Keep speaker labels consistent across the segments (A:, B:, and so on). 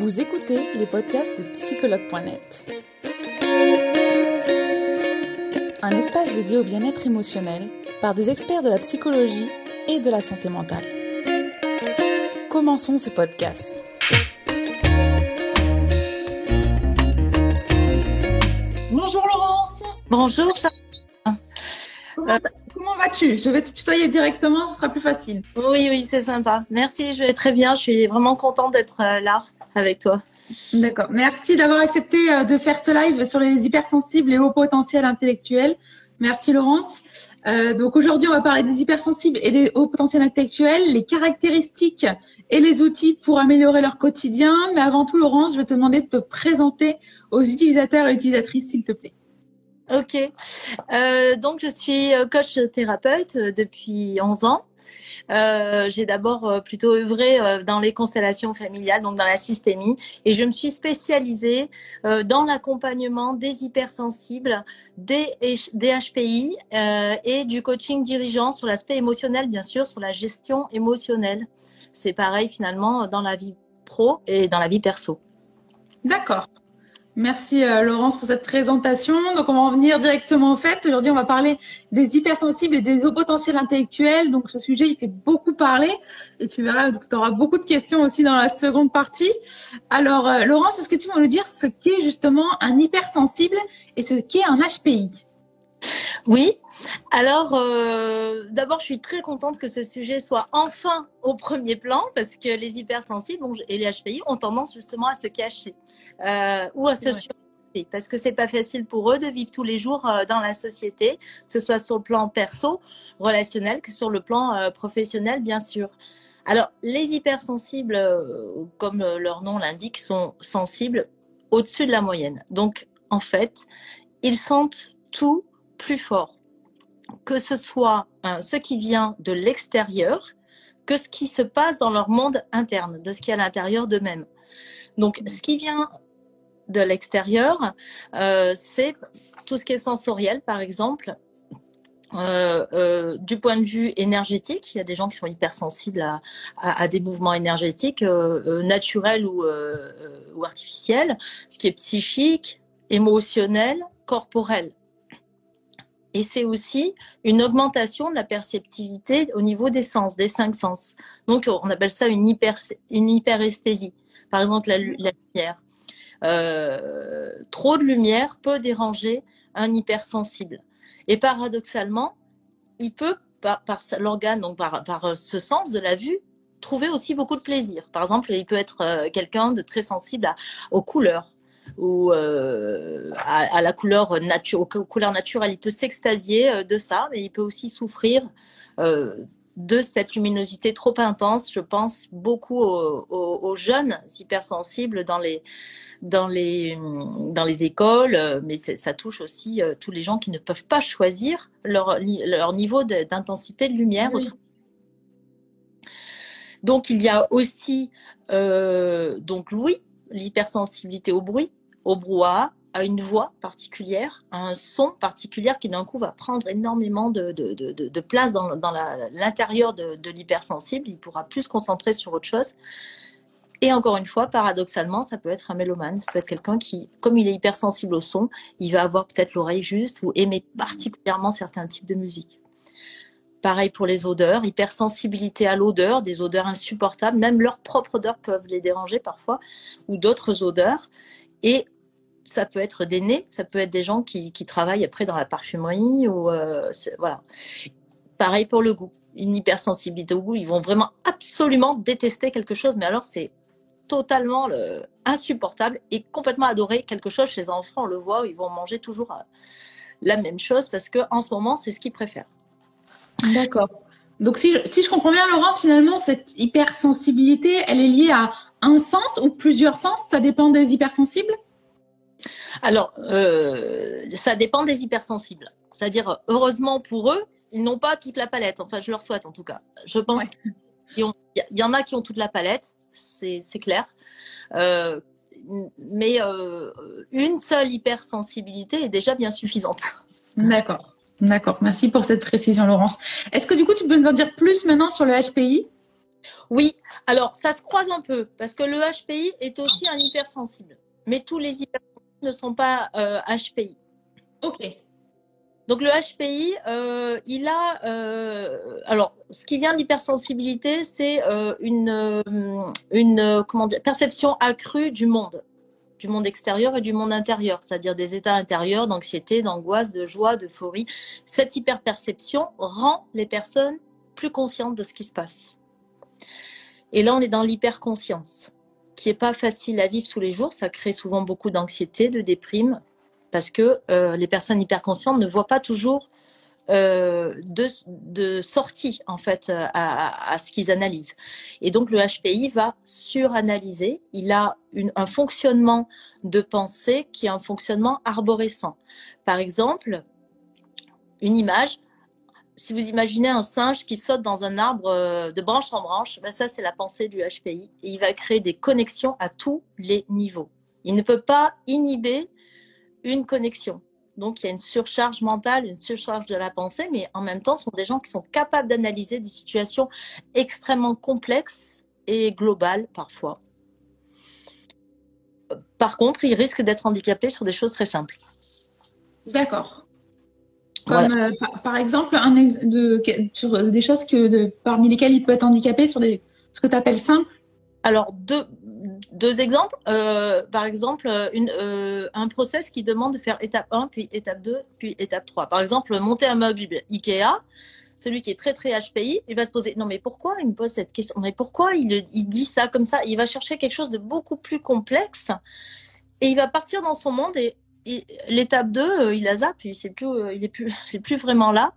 A: Vous écoutez les podcasts de psychologue.net. Un espace dédié au bien-être émotionnel par des experts de la psychologie et de la santé mentale. Commençons ce podcast.
B: Bonjour Laurence.
C: Bonjour.
B: Comment vas-tu? Je vais te tutoyer directement, ce sera plus facile.
C: Oui, c'est sympa. Merci, je vais très bien. Je suis vraiment contente d'être là avec toi.
B: D'accord. Merci d'avoir accepté de faire ce live sur les hypersensibles et hauts potentiels intellectuels. Merci Laurence. Donc aujourd'hui, on va parler des hypersensibles et des hauts potentiels intellectuels, les caractéristiques et les outils pour améliorer leur quotidien. Mais avant tout, Laurence, je vais te demander de te présenter aux utilisateurs et utilisatrices, s'il te plaît.
C: Ok. Donc, je suis coach thérapeute depuis 11 ans. J'ai d'abord plutôt œuvré dans les constellations familiales, donc dans la systémie, et je me suis spécialisée dans l'accompagnement des hypersensibles, des HPI et du coaching dirigeant sur l'aspect émotionnel, bien sûr, sur la gestion émotionnelle. C'est pareil finalement dans la vie pro et dans la vie perso.
B: D'accord. Merci Laurence pour cette présentation. Donc on va en venir directement au fait. Aujourd'hui, on va parler des hypersensibles et des hauts potentiels intellectuels. Donc ce sujet, il fait beaucoup parler et tu verras que tu auras beaucoup de questions aussi dans la seconde partie. Alors Laurence, est-ce que tu vas nous dire ce qu'est justement un hypersensible et ce qu'est un HPI?
C: Oui. Alors, d'abord, je suis très contente que ce sujet soit enfin au premier plan parce que les hypersensibles et les HPI ont tendance justement à se cacher ou à se surmonter parce que c'est pas facile pour eux de vivre tous les jours dans la société, que ce soit sur le plan perso, relationnel, que sur le plan professionnel, bien sûr. Alors, les hypersensibles, comme leur nom l'indique, sont sensibles au-dessus de la moyenne. Donc, en fait, ils sentent tout plus fort, que ce soit ce qui vient de l'extérieur que ce qui se passe dans leur monde interne, de ce qui est à l'intérieur d'eux-mêmes. Donc, ce qui vient de l'extérieur, c'est tout ce qui est sensoriel, par exemple. Du point de vue énergétique, il y a des gens qui sont hypersensibles à des mouvements énergétiques naturels ou artificiels, ce qui est psychique, émotionnel, corporel. Et c'est aussi une augmentation de la perceptivité au niveau des sens, des 5 sens. Donc, on appelle ça une hyperesthésie. Par exemple, la lumière. Trop de lumière peut déranger un hypersensible. Et paradoxalement, il peut, par l'organe, donc par ce sens de la vue, trouver aussi beaucoup de plaisir. Par exemple, il peut être quelqu'un de très sensible aux couleurs ou à la couleur aux couleurs naturelles. Il peut s'extasier de ça, mais il peut aussi souffrir de cette luminosité trop intense. Je pense beaucoup aux jeunes hypersensibles dans les écoles, mais ça touche aussi tous les gens qui ne peuvent pas choisir leur niveau d'intensité de lumière. Oui. Donc il y a aussi donc l'ouïe, l'hypersensibilité au bruit, au brouhaha, à une voix particulière, à un son particulier qui d'un coup va prendre énormément de place dans l'intérieur de l'hypersensible. Il pourra plus se concentrer sur autre chose. Et encore une fois, paradoxalement, ça peut être un mélomane, ça peut être quelqu'un qui, comme il est hypersensible au son, il va avoir peut-être l'oreille juste ou aimer particulièrement certains types de musique. Pareil pour les odeurs, hypersensibilité à l'odeur, des odeurs insupportables, même leurs propres odeurs peuvent les déranger parfois, ou d'autres odeurs. Et ça peut être des nez, ça peut être des gens qui travaillent après dans la parfumerie, ou voilà. Pareil pour le goût, une hypersensibilité au goût, ils vont vraiment absolument détester quelque chose, mais alors c'est totalement insupportable et complètement adorer quelque chose. Chez les enfants, on le voit, ils vont manger toujours la même chose parce qu'en ce moment, c'est ce qu'ils préfèrent.
B: D'accord. Donc, si je comprends bien, Laurence, finalement, cette hypersensibilité, elle est liée à un sens ou plusieurs sens? Ça dépend des hypersensibles?
C: Alors, ça dépend des hypersensibles. C'est-à-dire, heureusement pour eux, ils n'ont pas toute la palette. Enfin, je leur souhaite en tout cas. Je pense qu'il y en a qui ont toute la palette, c'est clair. Mais une seule hypersensibilité est déjà bien suffisante.
B: D'accord. Merci pour cette précision, Laurence. Est-ce que du coup, tu peux nous en dire plus maintenant sur le HPI?
C: Oui, alors ça se croise un peu parce que le HPI est aussi un hypersensible. Mais tous les hypersensibles ne sont pas HPI.
B: Ok.
C: Donc le HPI, il a... alors, ce qui vient de l'hypersensibilité, c'est comment dire, perception accrue du monde extérieur et du monde intérieur, c'est-à-dire des états intérieurs d'anxiété, d'angoisse, de joie, d'euphorie. Cette hyperperception rend les personnes plus conscientes de ce qui se passe. Et là, on est dans l'hyperconscience, qui n'est pas facile à vivre tous les jours. Ça crée souvent beaucoup d'anxiété, de déprime, parce que les personnes hyperconscientes ne voient pas toujours de sortie en fait à ce qu'ils analysent. Et donc le HPI va suranalyser. Il a un fonctionnement de pensée qui est un fonctionnement arborescent. Par exemple, une image. Si vous imaginez un singe qui saute dans un arbre de branche en branche, ben ça c'est la pensée du HPI et il va créer des connexions à tous les niveaux. Il ne peut pas inhiber une connexion. Donc il y a une surcharge mentale, une surcharge de la pensée, mais en même temps ce sont des gens qui sont capables d'analyser des situations extrêmement complexes et globales parfois. Par contre, ils risquent d'être handicapés sur des choses très simples.
B: D'accord. Comme voilà. Par exemple, sur des choses parmi lesquelles il peut être handicapé, sur ce que tu appelles simple.
C: Alors, deux exemples. Par exemple, un process qui demande de faire étape 1, puis étape 2, puis étape 3. Par exemple, monter un meuble Ikea, celui qui est très, très HPI, il va se poser, non mais pourquoi il me pose cette question? Mais pourquoi il dit ça comme ça? Il va chercher quelque chose de beaucoup plus complexe et il va partir dans son monde et l'étape 2, il a zappé, puis c'est plus vraiment là.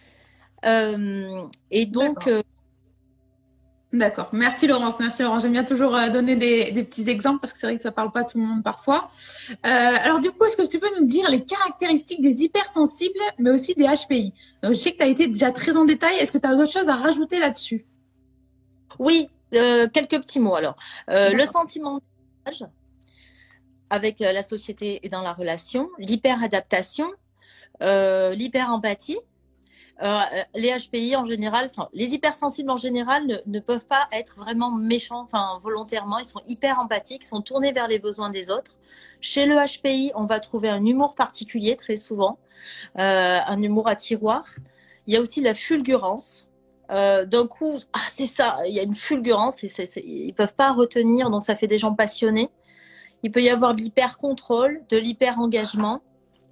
C: Et donc...
B: D'accord. Merci Laurence. J'aime bien toujours donner des petits exemples parce que c'est vrai que ça parle pas à tout le monde parfois. Alors du coup, est-ce que tu peux nous dire les caractéristiques des hypersensibles, mais aussi des HPI? Donc, je sais que tu as été déjà très en détail. Est-ce que tu as d'autres choses à rajouter là-dessus?
C: Oui, quelques petits mots alors. Le sentiment d'âge avec la société et dans la relation, l'hyperadaptation, l'hyperempathie. Les HPI en général, les hypersensibles en général ne peuvent pas être vraiment méchants, volontairement. Ils sont hyper empathiques, sont tournés vers les besoins des autres. Chez le HPI, on va trouver un humour particulier très souvent, un humour à tiroir. Il y a aussi la fulgurance. D'un coup, c'est ça, il y a une fulgurance, ils peuvent pas retenir, donc ça fait des gens passionnés. Il peut y avoir de l'hyper-contrôle, de l'hyper-engagement.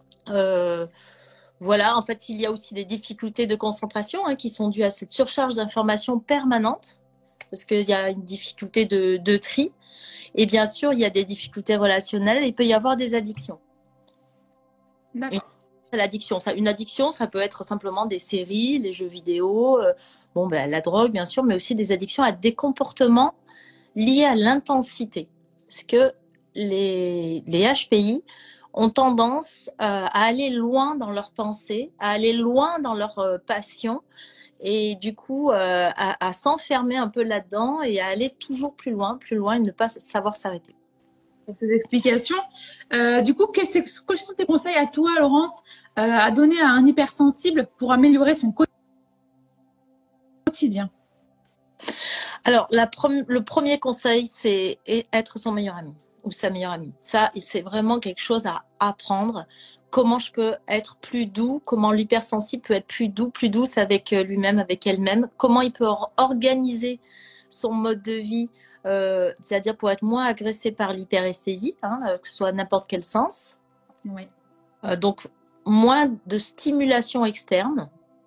C: Voilà, en fait, il y a aussi des difficultés de concentration qui sont dues à cette surcharge d'informations permanente, parce qu'il y a une difficulté de tri. Et bien sûr, il y a des difficultés relationnelles. Il peut y avoir des addictions.
B: D'accord.
C: Une addiction, ça peut être simplement des séries, les jeux vidéo, la drogue, bien sûr, mais aussi des addictions à des comportements liés à l'intensité. Parce que les HPI ont tendance à aller loin dans leurs pensées, à aller loin dans leur passion et du coup à s'enfermer un peu là-dedans et à aller toujours plus loin et ne pas savoir s'arrêter.
B: Pour ces explications. Du coup, quels sont tes conseils à toi, Laurence, à donner à un hypersensible pour améliorer son quotidien?
C: Alors, le premier conseil, c'est être son meilleur ami ou sa meilleure amie. Ça, c'est vraiment quelque chose à apprendre. Comment je peux être plus doux, comment l'hypersensible peut être plus douce avec lui-même, avec elle-même, comment il peut organiser son mode de vie, c'est-à-dire pour être moins agressé par l'hyperesthésie, que ce soit n'importe quel sens.
B: Oui.
C: Donc, moins de stimulation externe.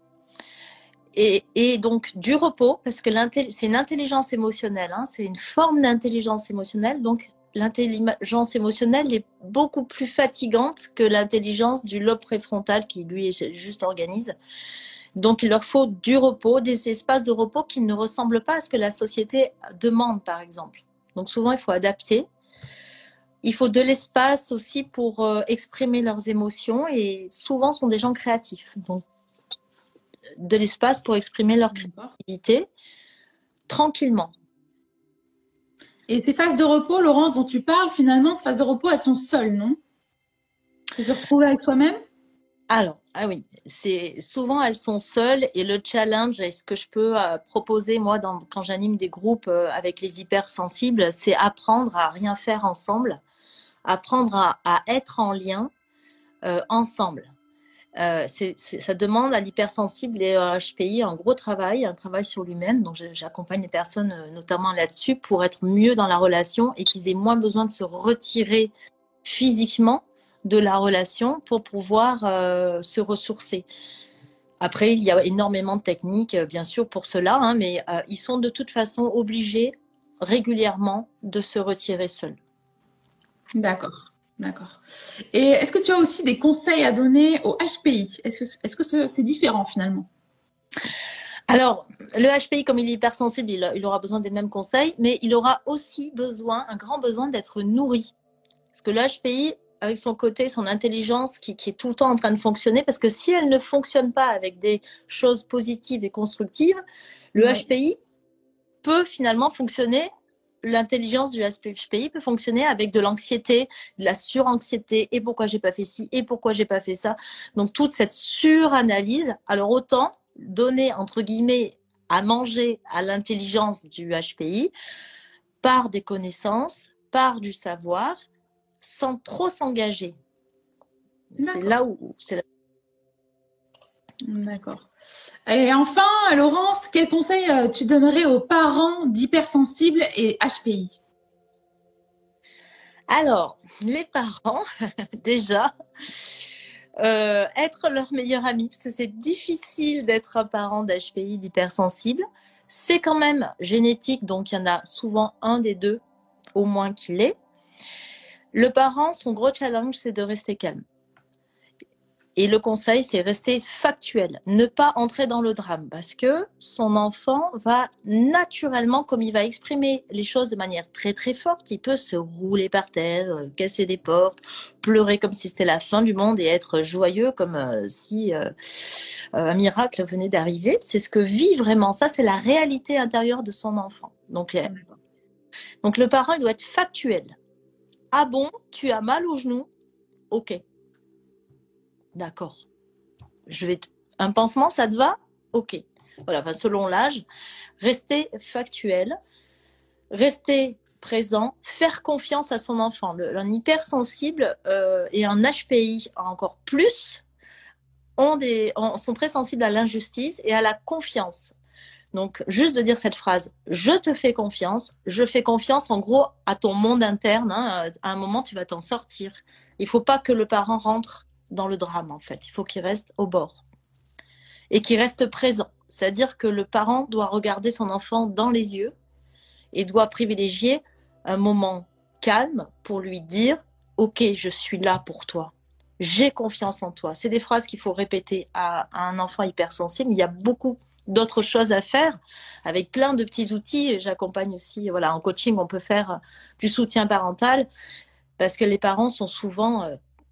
C: Et donc du repos, parce que c'est une intelligence émotionnelle, c'est une forme d'intelligence émotionnelle, donc l'intelligence émotionnelle est beaucoup plus fatigante que l'intelligence du lobe préfrontal qui lui juste organise. Donc il leur faut du repos, des espaces de repos qui ne ressemblent pas à ce que la société demande par exemple. Donc souvent il faut adapter. Il faut de l'espace aussi pour exprimer leurs émotions et souvent sont des gens créatifs. Donc de l'espace pour exprimer leur créativité tranquillement.
B: Et ces phases de repos, Laurence, dont tu parles, finalement, ces phases de repos, elles sont seules, non? C'est se retrouver avec soi-même?
C: Alors, ah oui, c'est souvent elles sont seules et le challenge, et ce que je peux proposer moi quand j'anime des groupes avec les hypersensibles, c'est apprendre à rien faire ensemble, apprendre à être en lien ensemble. Ça demande à l'hypersensible et à HPI un gros travail, un travail sur lui-même. Donc, j'accompagne les personnes notamment là-dessus pour être mieux dans la relation et qu'ils aient moins besoin de se retirer physiquement de la relation pour pouvoir se ressourcer. Après, il y a énormément de techniques, bien sûr, pour cela, hein, mais ils sont de toute façon obligés régulièrement de se retirer seuls.
B: D'accord. D'accord. Et est-ce que tu as aussi des conseils à donner au HPI? Est-ce que c'est différent finalement?
C: Alors, le HPI, comme il est hypersensible, il aura besoin des mêmes conseils, mais il aura aussi un grand besoin d'être nourri. Parce que le HPI, avec son côté, son intelligence qui est tout le temps en train de fonctionner, parce que si elle ne fonctionne pas avec des choses positives et constructives, le HPI peut finalement fonctionner. L'intelligence du HPI peut fonctionner avec de l'anxiété, de la suranxiété, et pourquoi j'ai pas fait ci, et pourquoi j'ai pas fait ça. Donc toute cette suranalyse, alors autant donner entre guillemets à manger à l'intelligence du HPI par des connaissances, par du savoir, sans trop s'engager. C'est là où c'est là.
B: D'accord. Et enfin, Laurence, quel conseil tu donnerais aux parents d'hypersensibles et HPI?
C: Alors, les parents, déjà, être leur meilleur ami, parce que c'est difficile d'être un parent d'HPI, d'hypersensible. C'est quand même génétique, donc il y en a souvent un des deux, au moins qui l'est. Le parent, son gros challenge, c'est de rester calme. Et le conseil, c'est rester factuel, ne pas entrer dans le drame, parce que son enfant va naturellement, comme il va exprimer les choses de manière très très forte, il peut se rouler par terre, casser des portes, pleurer comme si c'était la fin du monde et être joyeux comme si un miracle venait d'arriver. C'est ce que vit vraiment, ça c'est la réalité intérieure de son enfant. Donc le parent, il doit être factuel. Ah bon, tu as mal au genou? Ok. D'accord. Un pansement, ça te va? Ok. Voilà, enfin, selon l'âge, rester factuel, rester présent, faire confiance à son enfant. Un hypersensible et un HPI encore plus sont très sensibles à l'injustice et à la confiance. Donc, juste de dire cette phrase, je te fais confiance, je fais confiance en gros à ton monde interne, hein, à un moment tu vas t'en sortir. Il ne faut pas que le parent rentre dans le drame en fait, il faut qu'il reste au bord et qu'il reste présent. C'est-à-dire que le parent doit regarder son enfant dans les yeux et doit privilégier un moment calme pour lui dire « Ok, je suis là pour toi, j'ai confiance en toi ». C'est des phrases qu'il faut répéter à un enfant hypersensible. Il y a beaucoup d'autres choses à faire avec plein de petits outils. J'accompagne aussi, voilà, en coaching, on peut faire du soutien parental parce que les parents sont souvent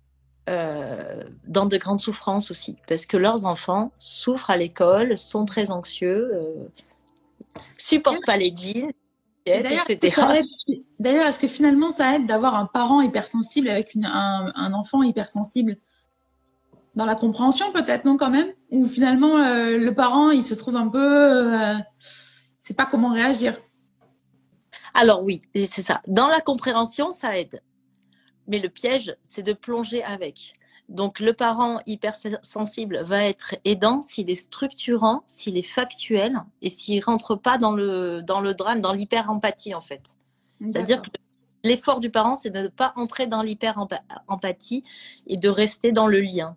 C: dans de grandes souffrances aussi, parce que leurs enfants souffrent à l'école, sont très anxieux, supportent pas les jeans, etc.
B: D'ailleurs, est-ce que finalement ça aide d'avoir un parent hypersensible avec un enfant hypersensible? Dans la compréhension peut-être, non, quand même? Ou finalement le parent il se trouve un peu sait pas comment réagir?
C: Alors oui, c'est ça. Dans la compréhension, ça aide. Mais le piège, c'est de plonger avec. Donc, le parent hypersensible va être aidant s'il est structurant, s'il est factuel et s'il ne rentre pas dans le drame, dans l'hyper-empathie, en fait. C'est-à-dire que l'effort du parent, c'est de ne pas entrer dans l'hyper-empathie et de rester dans le lien.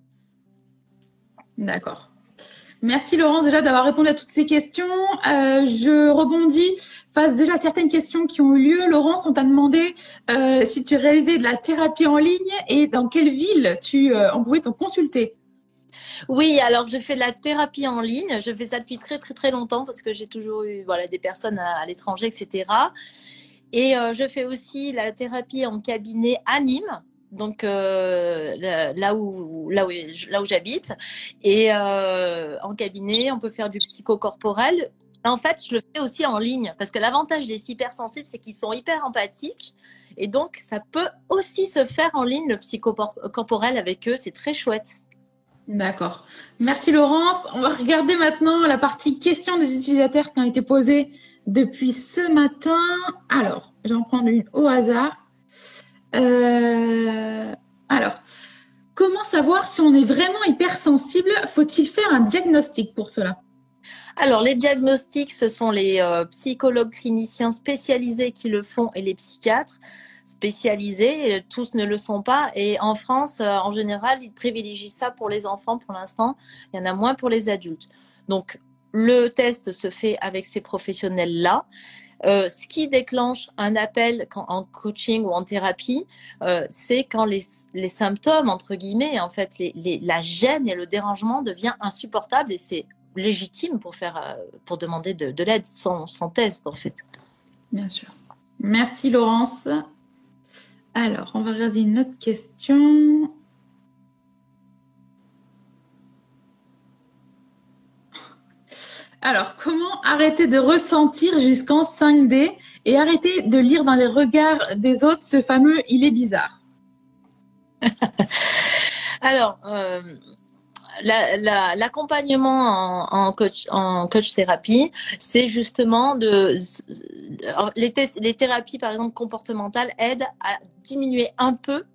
B: D'accord. Merci Laurence déjà d'avoir répondu à toutes ces questions. Je rebondis face déjà à certaines questions qui ont eu lieu. Laurence, on t'a demandé si tu réalisais de la thérapie en ligne et dans quelle ville on pouvait te consulter.
C: Oui, alors je fais de la thérapie en ligne. Je fais ça depuis très très très longtemps parce que j'ai toujours eu des personnes à l'étranger, etc. Et je fais aussi la thérapie en cabinet à Nîmes. Donc là où j'habite, et en cabinet on peut faire du psychocorporel. En fait je le fais aussi en ligne parce que l'avantage des hypersensibles c'est qu'ils sont hyper empathiques et donc ça peut aussi se faire en ligne, le psychocorporel avec eux, c'est très chouette.
B: D'accord. Merci Laurence. On va regarder maintenant la partie questions des utilisateurs qui ont été posées depuis ce matin. Alors, je vais en prendre une au hasard. Alors, comment savoir si on est vraiment hypersensible? Faut-il faire un diagnostic pour cela?
C: Alors, les diagnostics, ce sont les psychologues cliniciens spécialisés qui le font et les psychiatres spécialisés. Tous ne le sont pas. Et en France, en général, ils privilégient ça pour les enfants pour l'instant. Il y en a moins pour les adultes. Donc, le test se fait avec ces professionnels-là. Ce qui déclenche un appel en coaching ou en thérapie, c'est quand les symptômes, entre guillemets, en fait, la gêne et le dérangement devient insupportable et c'est légitime pour demander de l'aide sans test, en fait.
B: Bien sûr. Merci Laurence. Alors, on va regarder une autre question. Alors, comment arrêter de ressentir jusqu'en 5D et arrêter de lire dans les regards des autres ce fameux « il est bizarre ».
C: Alors, l'accompagnement en coach thérapie, c'est justement les thérapies, par exemple, comportementales aident à diminuer un peu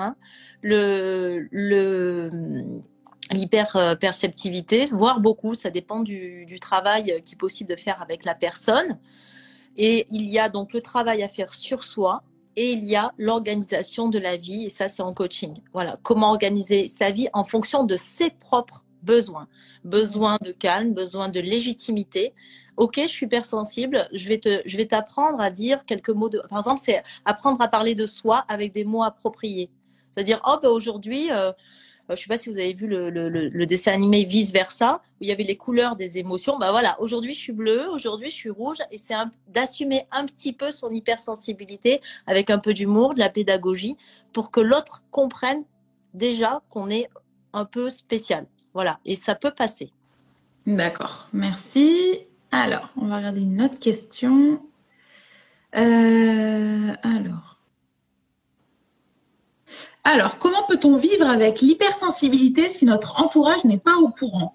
C: l'hyperperceptivité, voire beaucoup, ça dépend du travail qui est possible de faire avec la personne. Et il y a donc le travail à faire sur soi et il y a l'organisation de la vie et ça c'est en coaching. Voilà, comment organiser sa vie en fonction de ses propres besoins. Besoin de calme, besoin de légitimité. Ok, je suis hypersensible, je vais t'apprendre à dire quelques mots par exemple, c'est apprendre à parler de soi avec des mots appropriés. C'est-à-dire, aujourd'hui, je ne sais pas si vous avez vu le dessin animé Vice Versa, où il y avait les couleurs des émotions. Bah voilà, aujourd'hui je suis bleue, aujourd'hui je suis rouge, et c'est d'assumer un petit peu son hypersensibilité avec un peu d'humour, de la pédagogie, pour que l'autre comprenne déjà qu'on est un peu spécial. Voilà, et ça peut passer.
B: D'accord, merci. Alors, on va regarder une autre question. Alors, comment peut-on vivre avec l'hypersensibilité si notre entourage n'est pas au courant?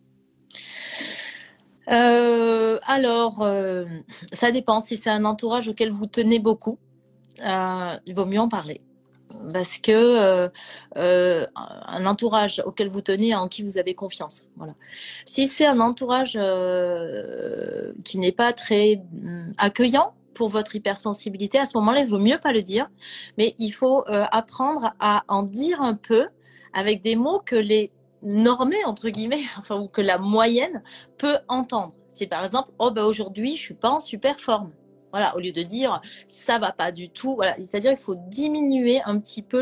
C: Ça dépend. Si c'est un entourage auquel vous tenez beaucoup, il vaut mieux en parler. Parce que un entourage auquel vous tenez, en qui vous avez confiance. Voilà. Si c'est un entourage qui n'est pas très accueillant pour votre hypersensibilité, à ce moment-là, il vaut mieux pas le dire, mais il faut apprendre à en dire un peu avec des mots que les normés, entre guillemets, enfin, ou que la moyenne peut entendre. C'est par exemple, aujourd'hui, je suis pas en super forme. Voilà, au lieu de dire ça va pas du tout. Voilà, c'est-à-dire il faut diminuer un petit peu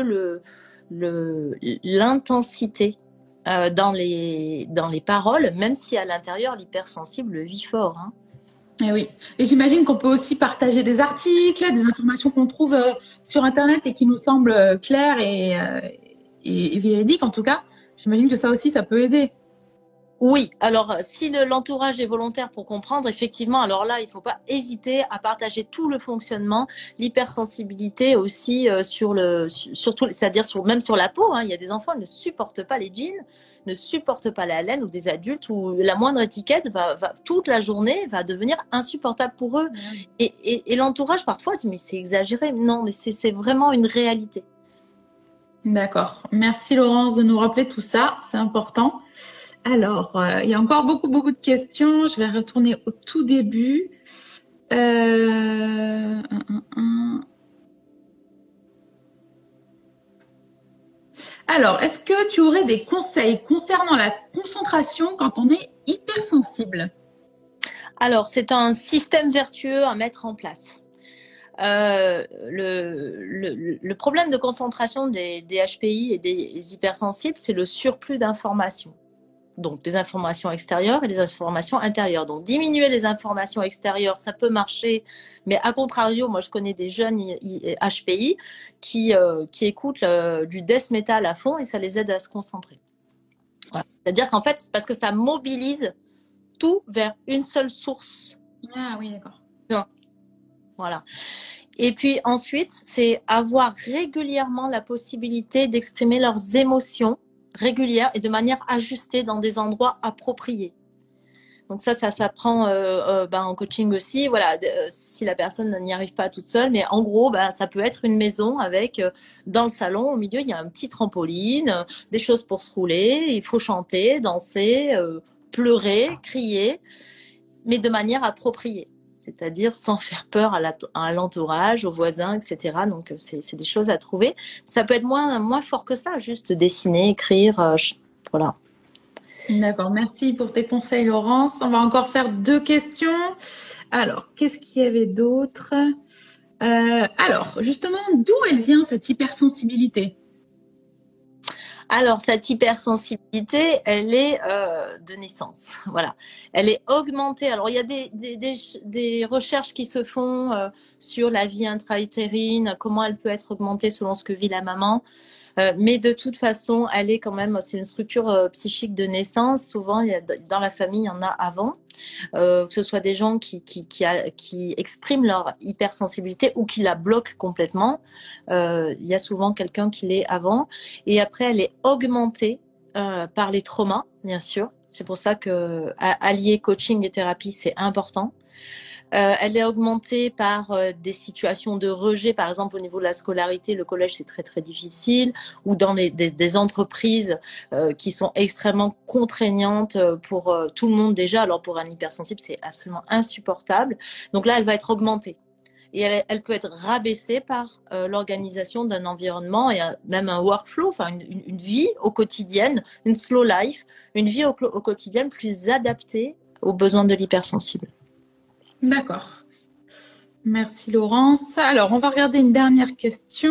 C: l'intensité dans les paroles, même si à l'intérieur l'hypersensible le vit fort. Hein.
B: Et oui, et j'imagine qu'on peut aussi partager des articles, des informations qu'on trouve sur Internet et qui nous semblent claires et véridiques en tout cas. J'imagine que ça aussi, ça peut aider.
C: Oui, alors si l'entourage est volontaire pour comprendre, effectivement, alors là, il ne faut pas hésiter à partager tout le fonctionnement, l'hypersensibilité aussi surtout, c'est-à-dire même sur la peau. Hein, il y a des enfants qui ne supportent pas les jeans, ne supportent pas la laine, ou des adultes où la moindre étiquette va toute la journée va devenir insupportable pour eux. Et l'entourage parfois dit mais c'est exagéré. Non, mais c'est vraiment une réalité.
B: D'accord. Merci Laurence de nous rappeler tout ça, c'est important. Alors, il y a encore beaucoup de questions. Je vais retourner au tout début. Alors, est-ce que tu aurais des conseils concernant la concentration quand on est hypersensible?
C: Alors, c'est un système vertueux à mettre en place. Le problème de concentration des HPI et des hypersensibles, c'est le surplus d'informations. Donc, des informations extérieures et des informations intérieures. Donc, diminuer les informations extérieures, ça peut marcher. Mais à contrario, moi, je connais des jeunes HPI qui écoutent du death metal à fond et ça les aide à se concentrer. Voilà. C'est-à-dire qu'en fait, c'est parce que ça mobilise tout vers une seule source.
B: Ah oui, d'accord.
C: Voilà. Et puis ensuite, c'est avoir régulièrement la possibilité d'exprimer leurs émotions régulière et de manière ajustée dans des endroits appropriés. Donc ça s'apprend en coaching aussi. Voilà, si la personne n'y arrive pas toute seule, mais en gros, ça peut être une maison avec dans le salon, au milieu, il y a un petit trampoline, des choses pour se rouler. Il faut chanter, danser, pleurer, crier, mais de manière appropriée. C'est-à-dire sans faire peur à l'entourage, aux voisins, etc. Donc c'est des choses à trouver. Ça peut être moins fort que ça, juste dessiner, écrire, voilà.
B: D'accord, merci pour tes conseils, Laurence. On va encore faire 2 questions. Alors, qu'est-ce qu'il y avait d'autre ? Alors, justement, d'où elle vient cette hypersensibilité ?
C: Alors, cette hypersensibilité, elle est de naissance. Voilà, elle est augmentée. Alors, il y a des recherches qui se font sur la vie intra-utérine, comment elle peut être augmentée selon ce que vit la maman. Mais de toute façon, elle est quand même, c'est une structure psychique de naissance. Souvent, dans la famille, il y en a avant, que ce soit des gens qui expriment leur hypersensibilité ou qui la bloquent complètement. Il y a souvent quelqu'un qui l'est avant. Et après, elle est augmentée par les traumas, bien sûr. C'est pour ça que allier coaching et thérapie, c'est important. Elle est augmentée par des situations de rejet, par exemple au niveau de la scolarité, le collège c'est très très difficile, ou dans des entreprises qui sont extrêmement contraignantes pour tout le monde déjà. Alors pour un hypersensible c'est absolument insupportable. Donc là elle va être augmentée. Et elle peut être rabaissée par l'organisation d'un environnement et même un workflow, enfin une vie au quotidien, une slow life, une vie au quotidien plus adaptée aux besoins de l'hypersensible.
B: D'accord. Merci Laurence. Alors, on va regarder une dernière question.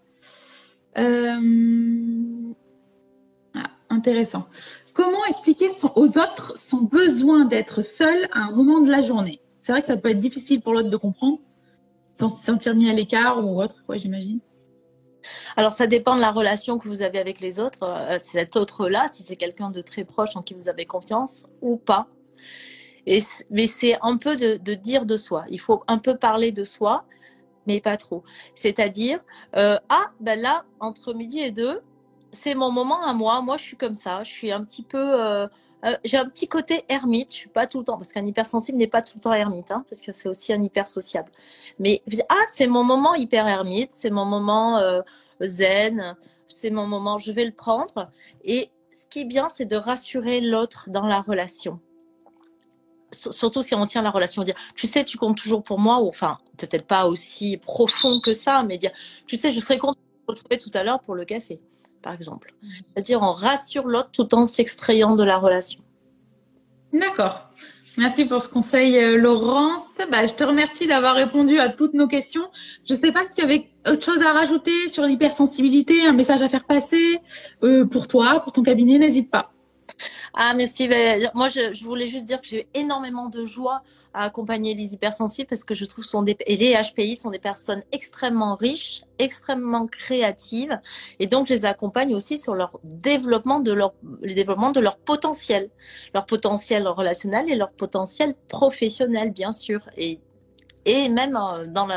B: Intéressant. Comment expliquer aux autres son besoin d'être seul à un moment de la journée ? C'est vrai que ça peut être difficile pour l'autre de comprendre, sans se sentir mis à l'écart ou autre, quoi, j'imagine.
C: Alors, ça dépend de la relation que vous avez avec les autres. Cet autre-là, si c'est quelqu'un de très proche en qui vous avez confiance ou pas. Mais c'est un peu de dire de soi. Il faut un peu parler de soi, mais pas trop. C'est-à-dire, là, entre midi et 2, c'est mon moment à moi. Moi, je suis comme ça. Je suis un petit peu... j'ai un petit côté ermite. Je suis pas tout le temps, parce qu'un hypersensible n'est pas tout le temps ermite, hein, parce que c'est aussi un hyper sociable. Mais c'est mon moment hyper ermite, c'est mon moment zen, c'est mon moment, je vais le prendre. Et ce qui est bien, c'est de rassurer l'autre dans la relation. Surtout si on tient la relation, dire tu sais tu comptes toujours pour moi, ou enfin peut-être pas aussi profond que ça, mais dire tu sais je serais content de te retrouver tout à l'heure pour le café, par exemple. C'est-à-dire on rassure l'autre tout en s'extrayant de la relation.
B: D'accord. Merci pour ce conseil, Laurence. Je te remercie d'avoir répondu à toutes nos questions. Je ne sais pas si tu avais autre chose à rajouter sur l'hypersensibilité, un message à faire passer pour toi, pour ton cabinet, n'hésite pas.
C: Ah, merci. Moi, je voulais juste dire que j'ai énormément de joie à accompagner les hypersensibles parce que je trouve et les HPI sont des personnes extrêmement riches, extrêmement créatives. Et donc, je les accompagne aussi sur leur développement le développement de leur potentiel relationnel et leur potentiel professionnel, bien sûr. Et même dans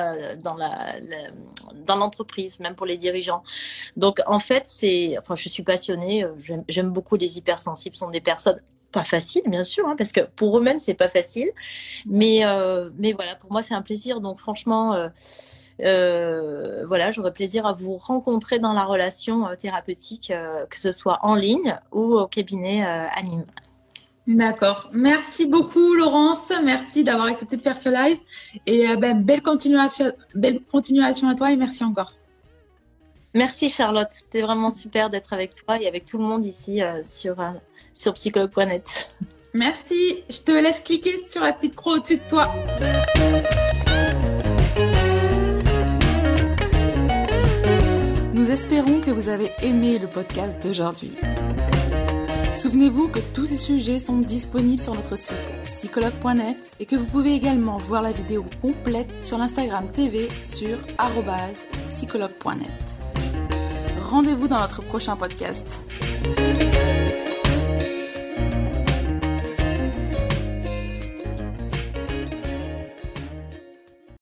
C: l'entreprise, même pour les dirigeants. Donc, en fait, je suis passionnée, j'aime beaucoup les hypersensibles, ce sont des personnes pas faciles, bien sûr, hein, parce que pour eux-mêmes, c'est pas facile. Mais voilà, pour moi, c'est un plaisir. Donc, franchement, j'aurais plaisir à vous rencontrer dans la relation thérapeutique, que ce soit en ligne ou au cabinet à Nîmes.
B: D'accord. Merci beaucoup, Laurence. Merci d'avoir accepté de faire ce live. Et belle continuation à toi et merci encore.
C: Merci, Charlotte. C'était vraiment super d'être avec toi et avec tout le monde ici sur psychologue.net.
B: Merci. Je te laisse cliquer sur la petite croix au-dessus de toi.
A: Nous espérons que vous avez aimé le podcast d'aujourd'hui. Souvenez-vous que tous ces sujets sont disponibles sur notre site psychologue.net et que vous pouvez également voir la vidéo complète sur l'Instagram TV sur @psychologue.net. Rendez-vous dans notre prochain podcast.